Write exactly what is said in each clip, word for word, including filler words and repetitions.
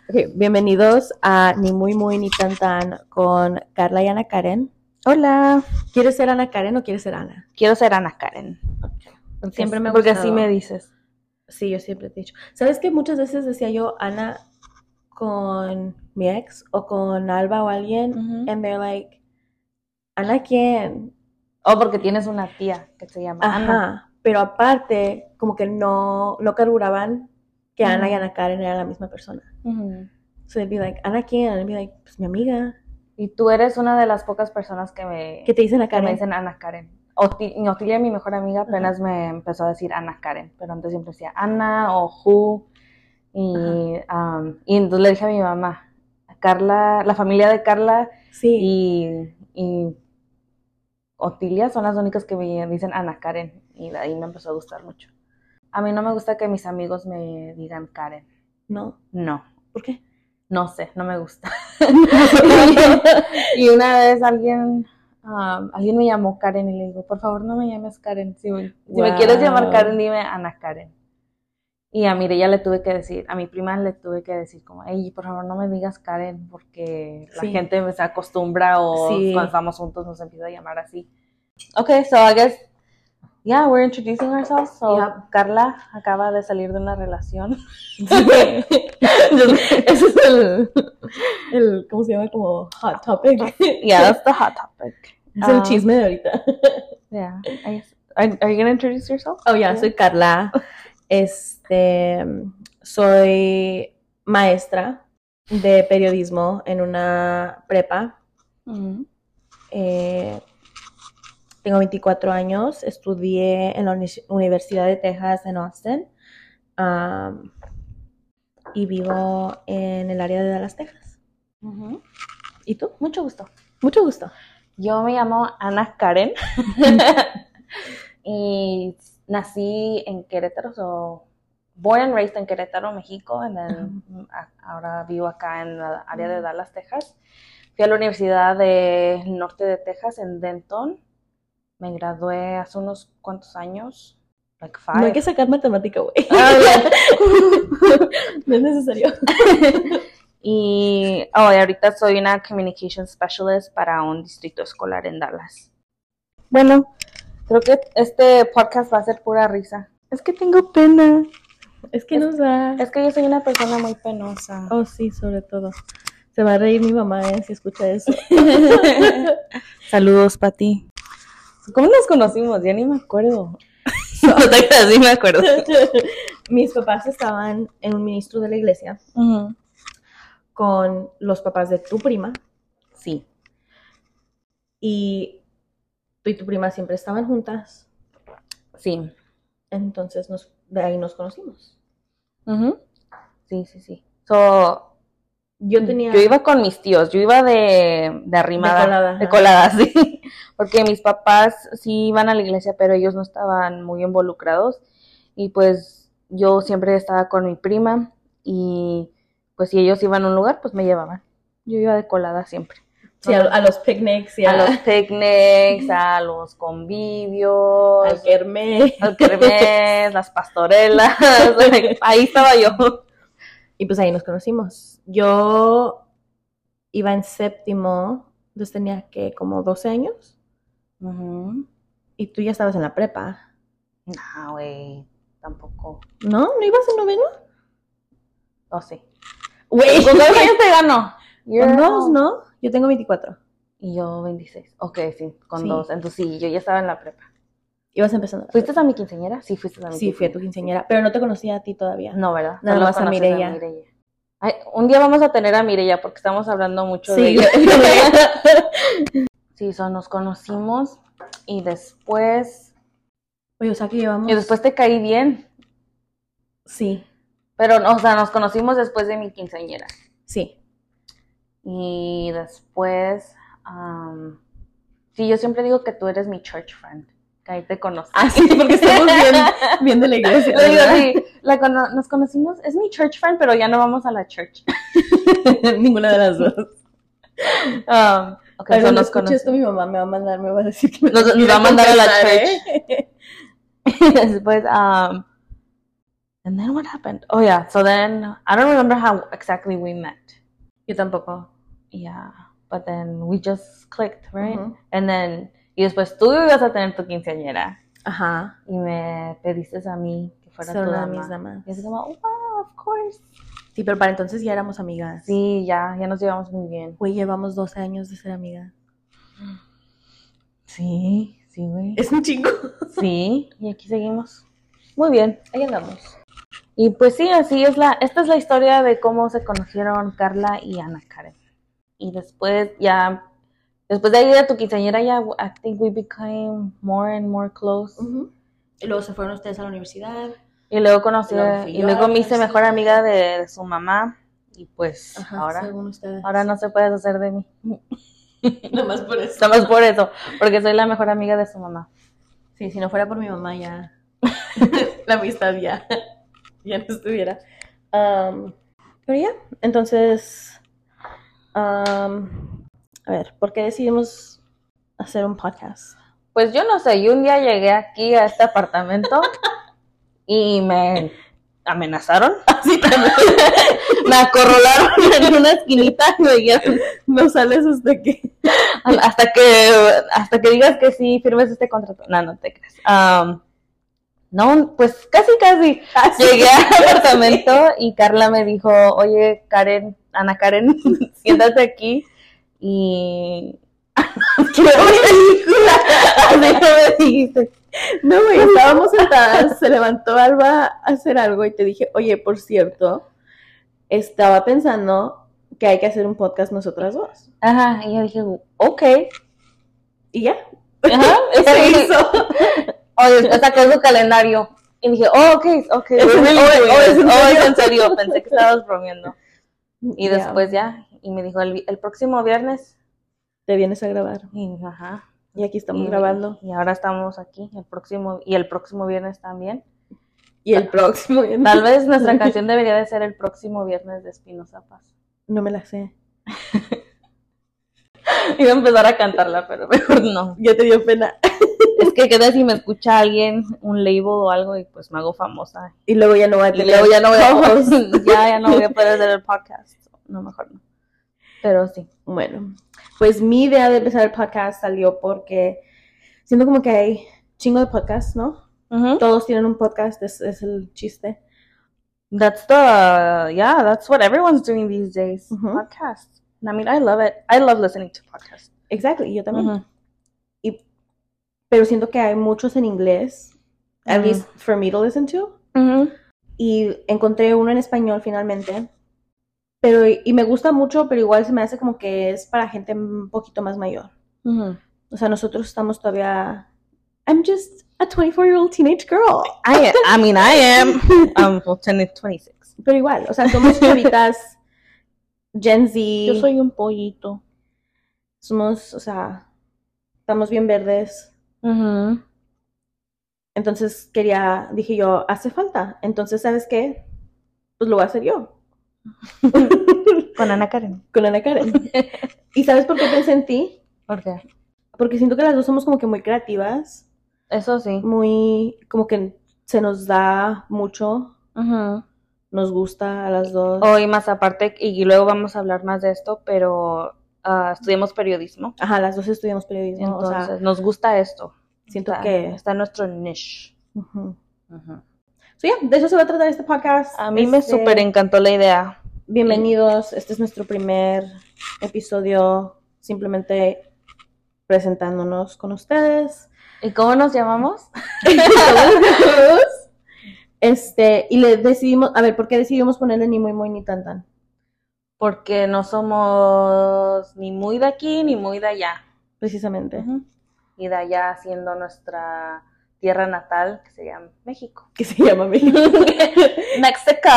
Okay, bienvenidos a Ni Muy Muy Ni Tan Tan con Carla y Ana Karen. Hola. ¿Quieres ser Ana Karen o quieres ser Ana? Quiero ser Ana Karen. Porque siempre me ha Porque gustado. así me dices. Sí, yo siempre te he dicho. ¿Sabes que muchas veces decía yo Ana con mi ex o con Alba o alguien? Ujú. And they're like, ¿Ana quién? Oh, porque tienes una tía que se llama Ajá, Ana. pero aparte, como que no, no carburaban que Ana y Ujú. Ana Karen eran la misma persona. Ujú. So they'd be like, ¿Ana quién? And I'd be like, pues mi amiga. Y tú eres una de las pocas personas que me, ¿Qué te dicen Ana que me Karen? dicen Ana Karen. Oti- mi Otilia, mi mejor amiga, apenas me empezó a decir Ana Karen, pero antes siempre decía Ana o Ju. Y, um, y entonces le dije a mi mamá, Carla, la familia de Carla Sí. y, y Otilia son las únicas que me dicen Ana Karen, y de ahí me empezó a gustar mucho. A mí no me gusta que mis amigos me digan Karen. ¿No? No, ¿Por qué? no sé, no me gusta. Y una vez alguien, um, alguien me llamó Karen y le digo, por favor no me llames Karen. Si me, si me Wow. quieres llamar Karen, dime Ana Karen. Y a Mireya le tuve que decir, a mi prima le tuve que decir como, hey, por favor no me digas Karen, porque la Sí. gente se acostumbra o Sí. cuando estamos juntos nos empieza a llamar así. Okay, so I guess, yeah, we're introducing ourselves. So Yep. Carla acaba de salir de una relación. Ese es el, el, ¿cómo se llama? Como hot topic. Yeah, that's the hot topic. Es el Um, chisme de ahorita. Yeah. I guess, are, are you going to introduce yourself? Oh, ya, yeah, soy Carla. Este, soy maestra de periodismo en una prepa. Mm-hmm. Eh, tengo veinticuatro años. Estudié en la Uni- Universidad de Texas en Austin. Um, y vivo en el área de Dallas, Texas. Mm-hmm. ¿Y tú? Mucho gusto. Mucho gusto. Yo me llamo Ana Karen. Y nací en Querétaro, so born and raised en Querétaro, México, and then uh-huh. ahora vivo acá en la área de Dallas, Texas. Fui a la Universidad del Norte de Texas en Denton. Me gradué hace unos cuantos años, like five. No hay que sacar matemática, güey. Oh, no es necesario. Y, oh, y ahorita soy una communication specialist para un distrito escolar en Dallas. Bueno, creo que este podcast va a ser pura risa. Es que tengo pena. Es que es, nos da... Es que yo soy una persona muy penosa. Oh, sí, sobre todo. Se va a reír mi mamá eh, si escucha eso. Saludos, Pati. ¿Cómo nos conocimos? Ya ni me acuerdo. No, sí me acuerdo. Mis papás estaban en un ministro de la iglesia. Uh-huh. Con los papás de tu prima. Sí. Y tú y tu prima siempre estaban juntas. Sí. Entonces nos, de ahí nos conocimos. Uh-huh. Sí, sí, sí. So, yo tenía... Yo iba con mis tíos, yo iba de, de arrimada. De colada. De colada, sí. Porque mis papás sí iban a la iglesia, pero ellos no estaban muy involucrados. Y pues yo siempre estaba con mi prima y... pues si ellos iban a un lugar, pues me llevaban. Yo iba de colada siempre. Sí, a, a los picnics. Y a... a los picnics, a los convivios. Al kermés. Al kermés, las pastorelas. Ahí estaba yo. Y pues ahí nos conocimos. Yo iba en séptimo, entonces tenía que como doce años. Uh-huh. Y tú ya estabas en la prepa. No, güey, tampoco. ¿No? ¿No ibas en noveno? Oh, sí. Güey, ¿con cuántos años te gano? Con dos, ¿no? Yo tengo veinticuatro. Y yo veintiséis. Ok, sí, con sí. dos. Entonces sí, yo ya estaba en la prepa. ¿Ibas empezando? ¿Fuiste a mi quinceañera? Sí, fuiste a mi Sí, quinceañera. fui a tu quinceañera, pero no te conocía a ti todavía. No, ¿verdad? Nada Solo más a Mireya. a Mireya. Ay, un día vamos a tener a Mireya porque estamos hablando mucho sí. de ella. Sí, so, nos conocimos y después... Oye, o sea que llevamos... Y después te caí bien. Sí. Pero, o sea, nos conocimos después de mi quinceañera. Sí. Y después... Um... Sí, yo siempre digo que tú eres mi church friend. Que ahí te conocí. Ah, sí, porque estamos bien, bien de la iglesia. Le digo, sí, la cono- nos conocimos, es mi church friend, pero ya no vamos a la church. Ninguna de las dos. Um, okay, Pero so no nos escuché esto, mi mamá me va a mandar, me va a decir que me nos, nos va a mandar a la church. ¿eh? Después, um, And then what happened? Oh yeah, so then I don't remember how exactly we met. Yo tampoco. Yeah, but then we just clicked, right? Ujú. And then, y después tú ibas a tener tu quinceañera Ajá. y me pediste a mí que fuera Son tu una de dama. mis damas. Y así como, oh, wow, of course. Sí, pero para entonces ya éramos amigas. Sí, ya, ya nos llevamos muy bien. Güey, llevamos doce años de ser amigas. Sí, sí, güey. Es un chingo. Sí, y aquí seguimos. Muy bien, ahí andamos. Y pues sí, así es la, esta es la historia de cómo se conocieron Carla y Ana Karen. Y después ya, después de ahí de tu quinceañera ya, I think we became more and more close. Uh-huh. Y luego se fueron ustedes a la universidad. Y luego conocí, Luego fui y yo a luego la me hice mejor universidad. amiga de, de su mamá. Y pues Ajá, ahora, según ustedes. ahora no se puede deshacer de mí. Nada más por eso. Nada más por eso, porque soy la mejor amiga de su mamá. Sí, si no fuera por mi mamá ya. La amistad ya. Ya no estuviera. Um, pero ya, entonces. Um, a ver, ¿por qué decidimos hacer un podcast? Pues yo no sé, yo un día llegué aquí a este apartamento y me amenazaron. Así también. Me acorralaron en una esquinita y me dijeron, No sales hasta que. hasta que hasta que digas que sí firmes este contrato. No, no te crees. Um, no, pues casi casi. Así. Llegué al apartamento y Carla me dijo, oye, Karen, Ana Karen, siéntate aquí y... ¡Qué ridícula! Así no me dijiste. No, güey, estábamos sentadas, se levantó Alba a hacer algo y te dije, oye, por cierto, estaba pensando que hay que hacer un podcast nosotras dos. Ajá, y yo dije, ok. Y ya. Ajá, Se hizo. O después saqué su calendario y dije, oh, ok, ok. ¿Es we're en- really oh, doing oh, this. ¿es en Oh, serio? es en serio, pensé que estabas bromeando. Y Ya. después ya, y me dijo, el, el próximo viernes, Te vienes a grabar. y ajá. Y aquí estamos y, grabando. Y ahora estamos aquí, el próximo, y el próximo viernes también. Y el próximo. Tal vez nuestra canción debería de ser el próximo viernes de Espinosa Paz. No me la sé. Iba a empezar a cantarla, pero mejor no. Ya te dio pena. Es que queda si me escucha alguien, un label o algo, y pues me hago famosa. Y luego ya no va a Y tener. luego ya no voy a co-host. ya, ya no voy a poder hacer el podcast. No, mejor no. Pero sí. Bueno, pues mi idea de empezar el podcast salió porque siento como que hay chingo de podcasts, ¿no? Uh-huh. Todos tienen un podcast, es, es el chiste. That's the, yeah, that's what everyone's doing these days. Uh-huh. Podcasts. I mean, I love it. I love listening to podcasts. Exactly, yo también. Uh-huh. Y, pero siento que hay muchos en inglés, at Ujú. least for me to listen to. Uh-huh. Y encontré uno en español finalmente. Pero, y me gusta mucho, pero igual se me hace como que es para gente un poquito más mayor. Uh-huh. O sea, nosotros estamos todavía. I'm just a twenty-four-year-old teenage girl. I, I mean, I am. Um, well, twenty-six. Pero igual, o sea, somos chavitas Gen Z. Yo soy un pollito. Somos, o sea, estamos bien verdes. Uh-huh. Entonces quería, dije yo, hace falta. Entonces, ¿sabes qué? Pues lo voy a hacer yo. Con Ana Karen. Con Ana Karen. ¿Y sabes por qué pensé en ti? ¿Por qué? Porque siento que las dos somos como que muy creativas. Eso sí. Muy, como que se nos da mucho. Uh-huh. Nos gusta a las dos. Oh, y más aparte, y luego vamos a hablar más de esto, pero uh, estudiamos periodismo. Ajá, las dos estudiamos periodismo. Entonces, o sea, nos gusta esto. siento Está, que... está en nuestro niche. Ujú. Uh-huh. So, yeah, de eso se va a tratar este podcast. A mí me Este, súper encantó la idea. Bienvenidos, este es nuestro primer episodio, simplemente presentándonos con ustedes. ¿Y cómo nos llamamos? Este, y le decidimos, a ver, ¿por qué decidimos ponerle ni muy muy ni tan tan? Porque no somos ni muy de aquí ni muy de allá. Precisamente. Uh-huh. Y de allá siendo nuestra tierra natal, que se llama México. ¿Qué se llama México? Mexico.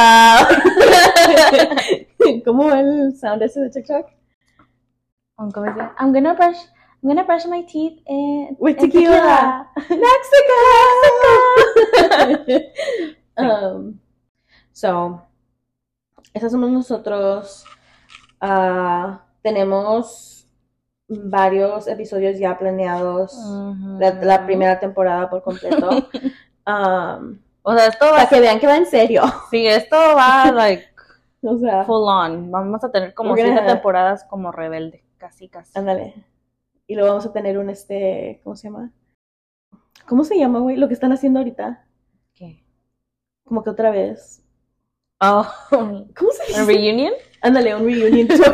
¿Cómo va el sound ese de TikTok? ¿Cómo dice? I'm gonna brush, I'm gonna brush my teeth in, With in tequila. Mexico. Mexico. um, so, esas somos nosotros. Uh, tenemos varios episodios ya planeados. Uh-huh. La, la primera temporada por completo. Um, O sea, esto va Para a que vean que va en serio. Sí, esto va, like, O sea, full on. Vamos a tener como We're gonna- siete temporadas como Rebelde. Casi, casi. ándale. Y luego vamos a tener un este, ¿cómo se llama? ¿Cómo se llama, güey? Lo que están haciendo ahorita. ¿Qué? Como que otra vez. Oh, ¿Cómo se dice? ¿a reunion? Ándale, un reunion show.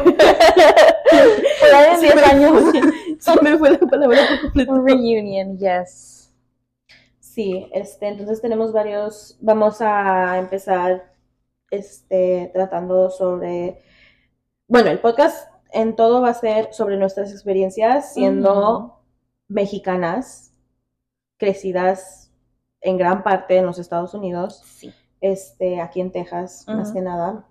Por ahí en Sí, diez me años. fue- Se me fue la palabra por completo. Un reunion, yes. Sí, este, entonces tenemos varios, vamos a empezar, este, tratando sobre, bueno, el podcast en todo va a ser sobre nuestras experiencias siendo Ujú. mexicanas, crecidas en gran parte en los Estados Unidos, Sí. este, aquí en Texas, más Ujú. que nada,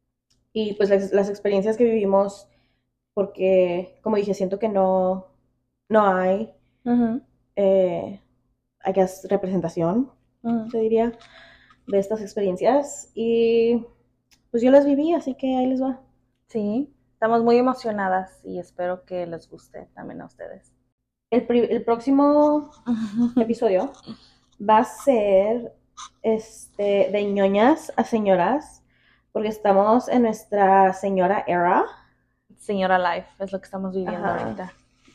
y pues las, las experiencias que vivimos, porque, como dije, siento que no, no hay, Ujú, eh, I guess, representación, ujú. se diría, de estas experiencias. Y pues yo las viví, así que ahí les va. Sí, estamos muy emocionadas y espero que les guste también a ustedes. El, pri- el próximo episodio va a ser este, de ñoñas a señoras, porque estamos en nuestra señora era. Señora Life es lo que estamos viviendo Ajá. ahorita.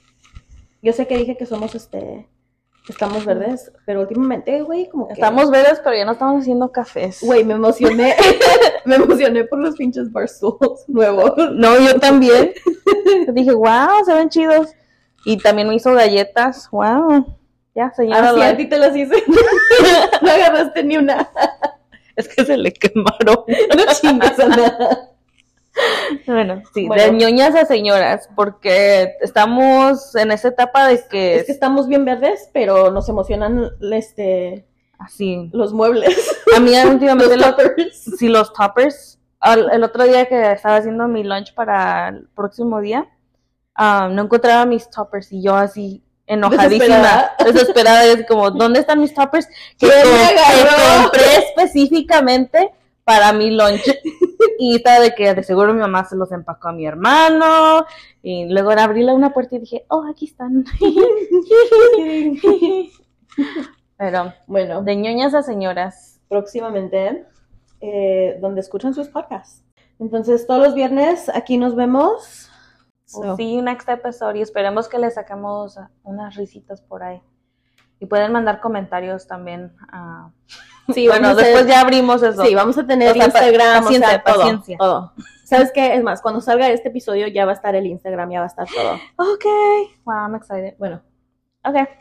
Yo sé que dije que somos este, que estamos verdes, pero últimamente, güey, como que... Estamos verdes, pero ya no estamos haciendo cafés. Güey, me emocioné, me emocioné por los pinches barstools nuevos. No, yo también. Dije, wow, se ven chidos. Y también me hizo galletas. Wow. Ya, señora Ah, sí, a Life. ti te las hice. No agarraste ni una. Es que se le quemaron. No chingas a nada. Bueno, sí, Bueno. de ñoñas a señoras, porque estamos en esa etapa de que, Es que estamos bien verdes, pero nos emocionan este, así. los muebles. A mí últimamente Los lo- toppers. sí, los toppers. Al- el otro día que estaba haciendo mi lunch para el próximo día, ah, no encontraba mis toppers y yo así enojadísima, Desesperada. desesperada, y así como, ¿dónde están mis toppers? Que, ¿Quién me com- que agarró? compré específicamente para mi lunch. Y estaba de que de seguro mi mamá se los empacó a mi hermano. Y luego abrí una puerta y dije, oh, aquí están. Pero Bueno, de ñoñas a señoras. próximamente, eh, donde escuchan sus podcasts. Entonces, todos los viernes aquí nos vemos. We'll So, see you next episode y esperemos que les saquemos unas risitas por ahí. Y pueden mandar comentarios también. ah, sí, bueno, vamos a hacer- después ya abrimos eso. Sí, vamos a tener O sea, pa- Instagram, paciencia, o sea, todo, paciencia. todo. ¿Sabes qué? Es más, cuando salga este episodio ya va a estar el Instagram, ya va a estar todo. Okay. Wow, I'm excited. Bueno. Okay.